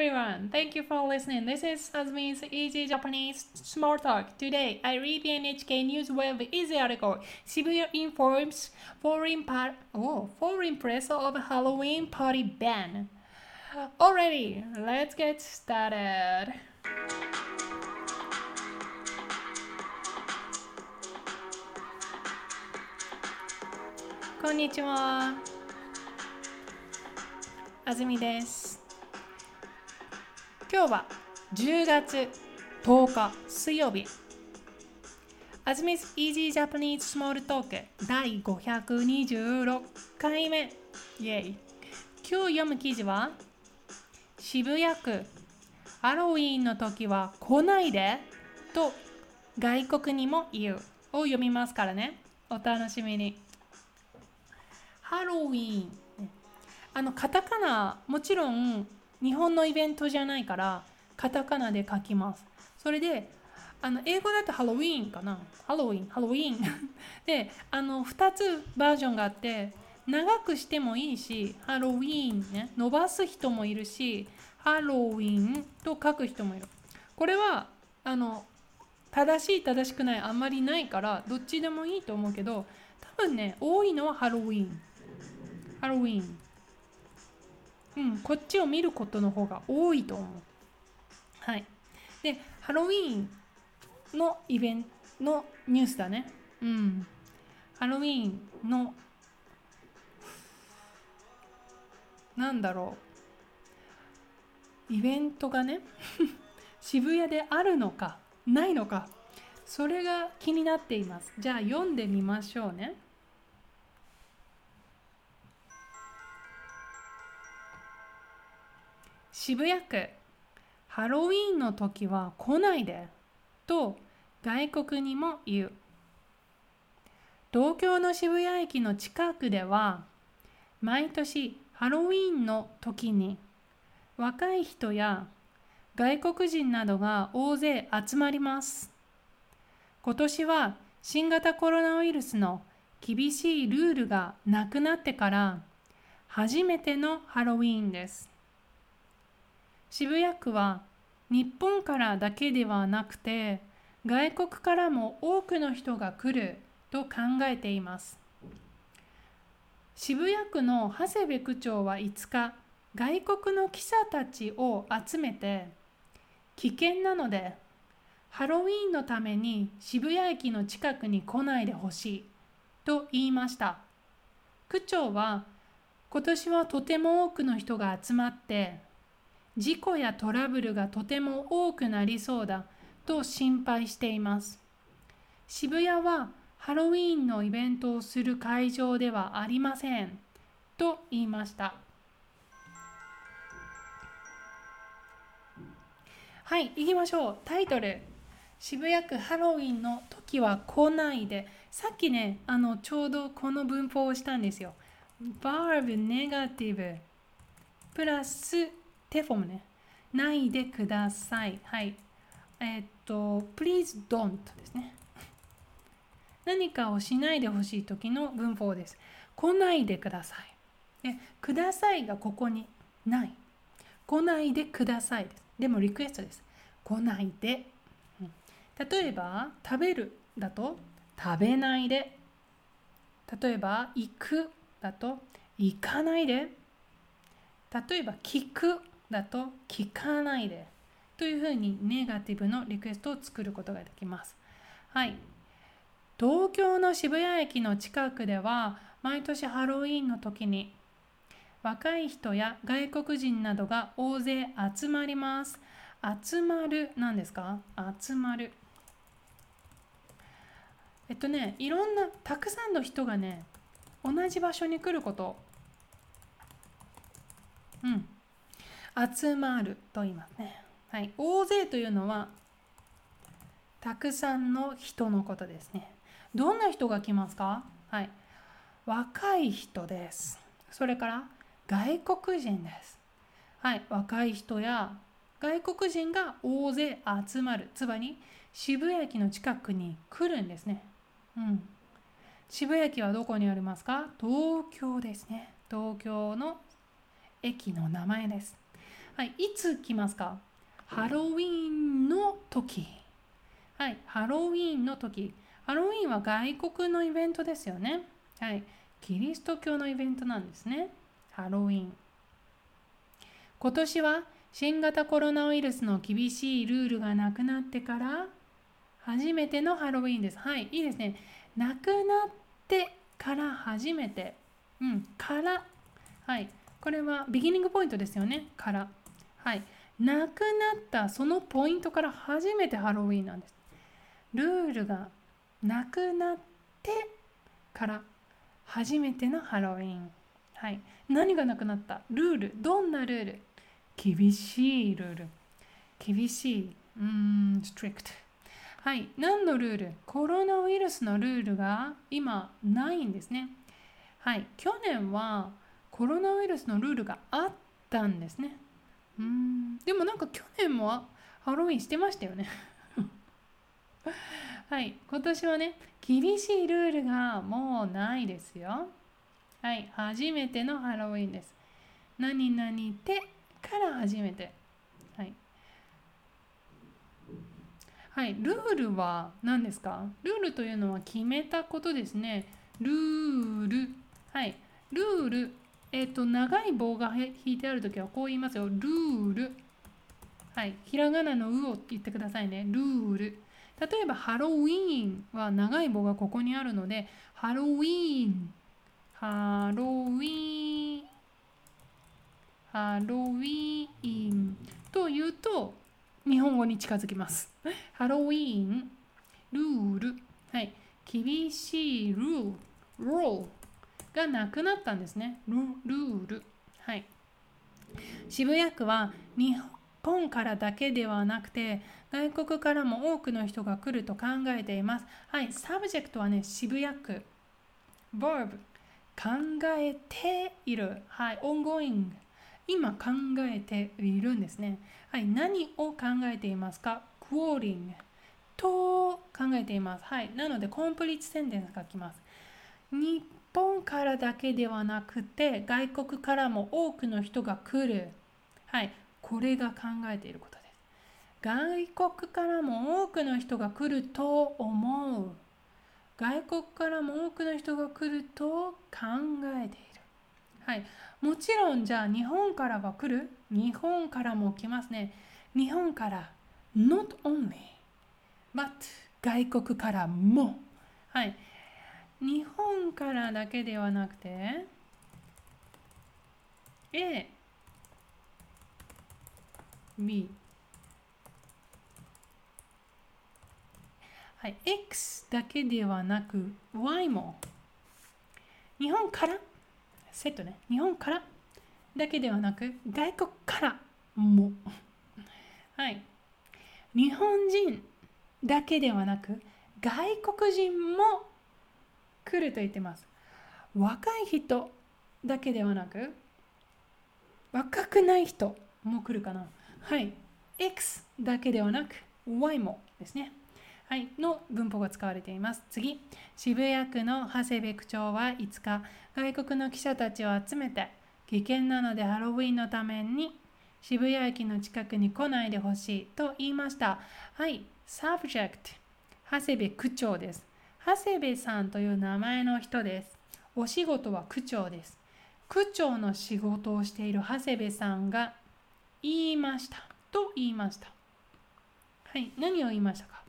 everyone. Thank you for listening. This is Azmi's Easy Japanese Small Talk. Today, I read the NHK News Web Easy article. Shibuya informs foreign press of Halloween party ban. Alrighty, let's get started. こんにちは。あずみです。今日は10月10日水曜日。あずみ 's Easy Japanese Small Talk 第526回目。イェイ。今日読む記事は渋谷区ハロウィーンの時は来ないでと外国にも言うを読みますからね。お楽しみに。ハロウィーン。カタカナ、もちろん日本のイベントじゃないからカタカナで書きます。それで英語だとハロウィーンかな。ハロウィーンで2つバージョンがあって、長くしてもいいし、ハロウィーンね、伸ばす人もいるし、ハロウィンと書く人もいる。これは正しい正しくないあんまりないからどっちでもいいと思うけど、多分ね、多いのはハロウィン。こっちを見ることの方が多いと思う。はい。で、ハロウィーンのイベントのニュースだね。ハロウィーンのイベントがね渋谷であるのかないのか、それが気になっています。じゃあ読んでみましょうね。渋谷区ハロウィーンの時は来ないでと外国にも言う。東京の渋谷駅の近くでは毎年ハロウィーンの時に若い人や外国人などが大勢集まります。今年は新型コロナウイルスの厳しいルールがなくなってから初めてのハロウィーンです。渋谷区は日本からだけではなくて外国からも多くの人が来ると考えています。渋谷区の長谷部区長は5日、外国の記者たちを集めて、危険なのでハロウィーンのために渋谷駅の近くに来ないでほしいと言いました。区長は今年はとても多くの人が集まって事故やトラブルがとても多くなりそうだと心配しています。渋谷はハロウィーンのイベントをする会場ではありませんと言いました。はい、行きましょう。タイトル。渋谷区ハロウィーンの時は来ないで。さっきね、ちょうどこの文法をしたんですよ。verb ネガティブプラステフォームね。ないでください。はい。please don't ですね。何かをしないでほしい時の文法です。来ないでください。で、くださいがここにない。来ないでくださいです。でもリクエストです。来ないで。例えば、食べるだと食べないで。例えば、行くだと行かないで。例えば、聞くだと聞かないで。というふうにネガティブのリクエストを作ることができます。はい。東京の渋谷駅の近くでは毎年ハロウィーンの時に若い人や外国人などが大勢集まります。集まる何ですか？集まる。いろんなたくさんの人がね、同じ場所に来ること。集まると言いますね。はい。大勢というのはたくさんの人のことですね。どんな人が来ますか？はい。若い人です。それから外国人です。はい。若い人や外国人が大勢集まる。つまり渋谷駅の近くに来るんですね。渋谷駅はどこにありますか？東京ですね。東京の駅の名前です。 はい、いつ来ますか？ハロウィーンの時。はい、ハロウィーンの時。ハロウィーンは外国のイベントですよね。はい、キリスト教のイベントなんですね。ハロウィーン。今年は新型コロナウイルスの厳しいルールがなくなってから初めてのハロウィーンです。はい、いいですね。なくなってから初めて。から。はい、これはビギニングポイントですよね。から。はい、なくなったそのポイントから初めてハロウィーンなんです。ルールがなくなってから初めてのハロウィーン。はい、何がなくなった？ルール。どんなルール？厳しいルール。厳しい。strict。はい。何のルール？コロナウイルスのルールが今ないんですね。はい。去年はコロナウイルスのルールがあったんですね。でもなんか去年もハロウィンしてましたよね。はい。今年はね、厳しいルールがもうないですよ。はい。初めてのハロウィンです。何々てから初めて。はい。はい、ルールは何ですか？ルールというのは決めたことですね。ルール。はい、ルール。長い棒が引いてあるときはこう言いますよ。ルール。はい、ひらがなのうを言ってくださいね。ルール。例えば、ハロウィーンは長い棒がここにあるので、ハロウィーン、ハロウィーン、ハロウィーンと言うと、日本語に近づきます。ハロウィーン、ルール、はい、厳しいルール、ルールがなくなったんですね。ルール。はい。渋谷区は日本からだけではなくて、外国からも多くの人が来ると考えています。はい、サブジェクトはね、渋谷区。verb、考えている。はい、ongoing。今考えているんですね。はい、何を考えていますか？ quoting と考えています。はい、なのでコンプリートセンテンスが来ます。日本からだけではなくて外国からも多くの人が来る。はい、これが考えていることです。外国からも多くの人が来ると思う。外国からも多くの人が来ると考えている。はい、もちろんじゃあ日本からは来る？日本からも来ますね。日本から not only but 外国からも。はい、日本からだけではなくて A、B、はい、X だけではなく Y も日本からセットね。日本からだけではなく外国からも。はい、日本人だけではなく外国人も来ると言ってます。若い人だけではなく若くない人も来るかな。はい、X だけではなく Y もですね。はい、の文法が使われています。次、渋谷区の長谷部区長は5日、外国の記者たちを集めて、危険なのでハロウィンのために渋谷駅の近くに来ないでほしいと言いました。はい、subject、長谷部区長です。長谷部さんという名前の人です。お仕事は区長です。区長の仕事をしている長谷部さんが言いましたと言いました。はい、何を言いましたか？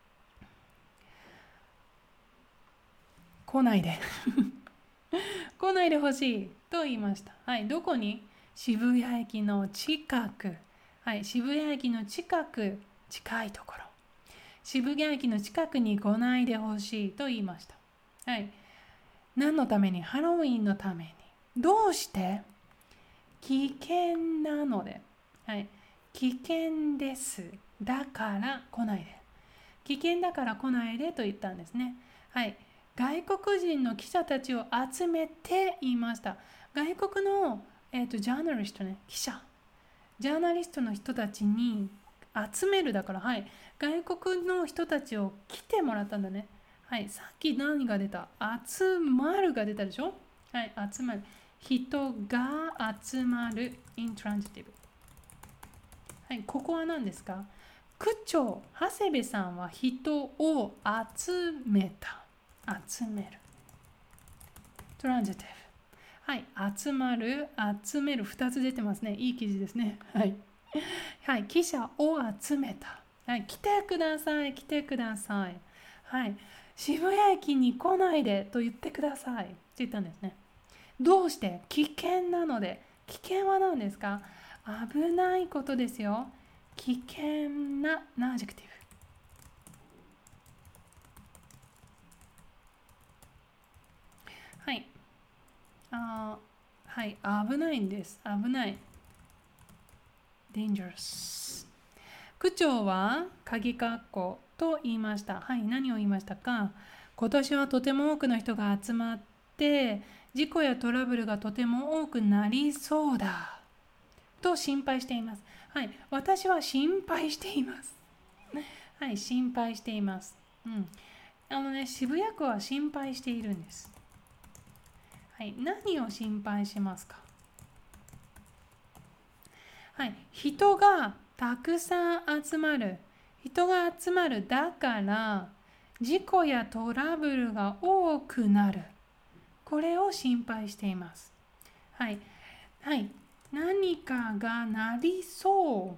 来ないで来ないでほしいと言いました。はい、どこに？渋谷駅の近く。はい、渋谷駅の近く、近いところ。渋谷駅の近くに来ないでほしいと言いました。はい、何のために？ハロウィンのために。どうして？危険なので。はい、危険です。だから来ないで。危険だから来ないでと言ったんですね。はい。外国人の記者たちを集めて言いました。外国の、ジャーナリストね、記者。ジャーナリストの人たちに集めるだから、はい。外国の人たちを来てもらったんだね。はい。さっき何が出た？集まるが出たでしょ？はい。集まる。人が集まる。intransitive。 はい、ここは何ですか？区長、長谷部さんは人を集めた。集める。トランジティブ。はい、集まる、集める。2つ出てますね。いい記事ですね。はい。はい、記者を集めた。はい、来てください、来てください。はい、渋谷駅に来ないでと言ってください。って言ったんですね。どうして？危険なので。危険は何ですか？危ないことですよ。危険なアジェクティブ。はい。はい。危ないんです。危ない。dangerous。区長は鍵括弧と言いました。はい。何を言いましたか？今年はとても多くの人が集まって、事故やトラブルがとても多くなりそうだ。と心配しています。はい。私は心配しています。はい。心配しています。うん。渋谷区は心配しているんです。はい。何を心配しますか？はい。人がたくさん集まる。人が集まる。だから、事故やトラブルが多くなる。これを心配しています。はい。はい。何かがなりそう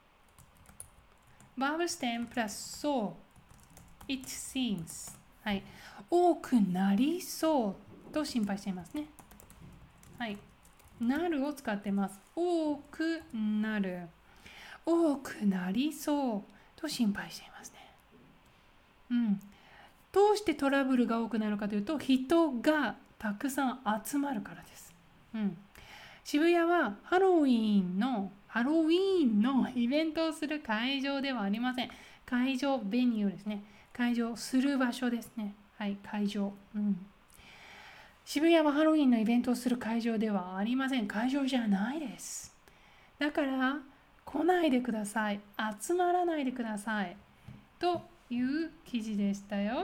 。バーブステンプラスそう。It seems。はい。多くなりそうと心配していますね。はい。なるを使ってます。多くなる。多くなりそうと心配していますね。うん。どうしてトラブルが多くなるかというと、人がたくさん集まるからです。うん。渋谷はハロウィーンのイベントをする会場ではありません。会場、ベニューですね。会場する場所ですね。はい、会場。うん。渋谷はハロウィーンのイベントをする会場ではありません。会場じゃないです。だから来ないでください。集まらないでください。という記事でしたよ。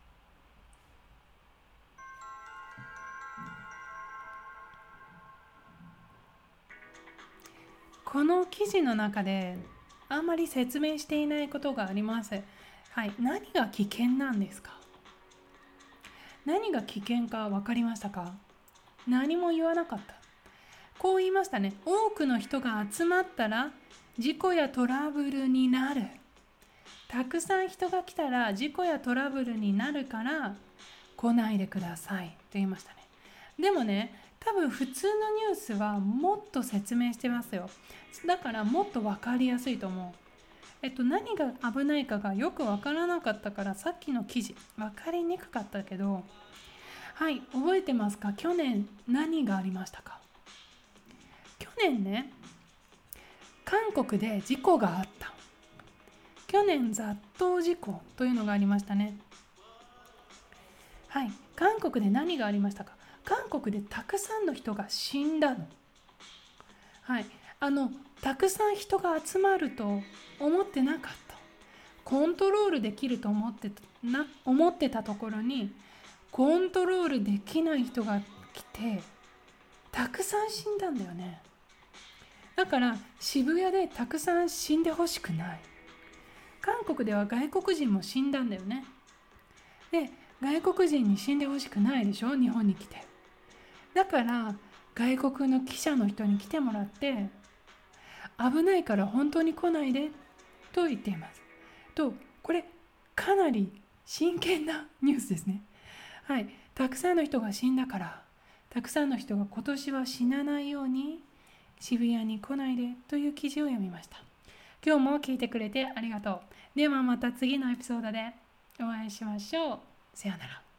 この記事の中であんまり説明していないことがあります。はい、何が危険なんですか？何が危険か分かりましたか？何も言わなかった。こう言いましたね。多くの人が集まったら事故やトラブルになる。たくさん人が来たら事故やトラブルになるから来ないでくださいと言いましたね。でもね、多分普通のニュースはもっと説明してますよ。だからもっと分かりやすいと思う。何が危ないかがよく分からなかったからさっきの記事分かりにくかったけど、はい、覚えてますか？去年何がありましたか？去年ね、韓国で事故があった。去年雑踏事故というのがありましたね。はい、韓国で何がありましたか？韓国でたくさんの人が死んだの。はい、たくさん人が集まると思ってなかった。コントロールできると思ってたところにコントロールできない人が来てたくさん死んだんだよね。だから渋谷でたくさん死んでほしくない。韓国では外国人も死んだんだよね。で、外国人に死んでほしくないでしょ、日本に来て。だから外国の記者の人に来てもらって危ないから本当に来ないでと言っています。と、これかなり真剣なニュースですね。はい、たくさんの人が死んだからたくさんの人が今年は死なないように渋谷に来ないでという記事を読みました。今日も聞いてくれてありがとう。ではまた次のエピソードでお会いしましょう。さようなら。